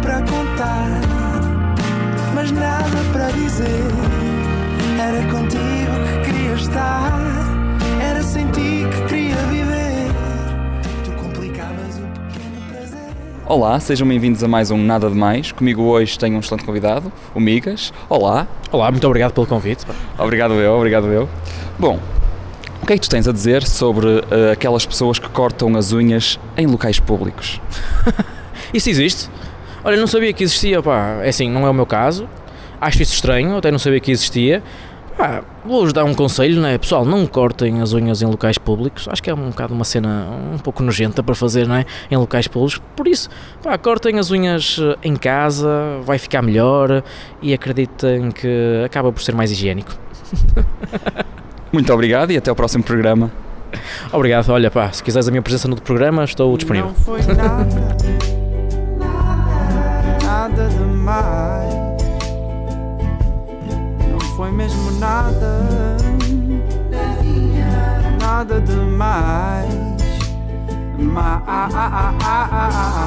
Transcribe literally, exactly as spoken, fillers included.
para contar, mas nada para dizer. Era contigo que queria estar, era sem ti que queria viver. Tu complicavas o pequeno prazer. Olá, sejam bem-vindos a mais um Nada de Mais. Comigo hoje tenho um excelente convidado, o Migas. Olá. Olá, muito obrigado pelo convite. Obrigado eu, obrigado eu. Bom, o que é que tu tens a dizer sobre uh, aquelas pessoas que cortam as unhas em locais públicos? Isso existe? Olha, não sabia que existia, pá. É assim, não é o meu caso. Acho isso estranho, até não sabia que existia. Pá, vou-vos dar um conselho, não é? Pessoal, não cortem as unhas em locais públicos. Acho que é um bocado uma cena um pouco nojenta para fazer, não é? Em locais públicos. Por isso, pá, cortem as unhas em casa, vai ficar melhor e acreditem que acaba por ser mais higiênico. Muito obrigado e até ao próximo programa. Obrigado, olha pá, se quiseres a minha presença no programa, estou disponível. Não foi nada, nada demais. Não foi mesmo nada, nada demais. Mais.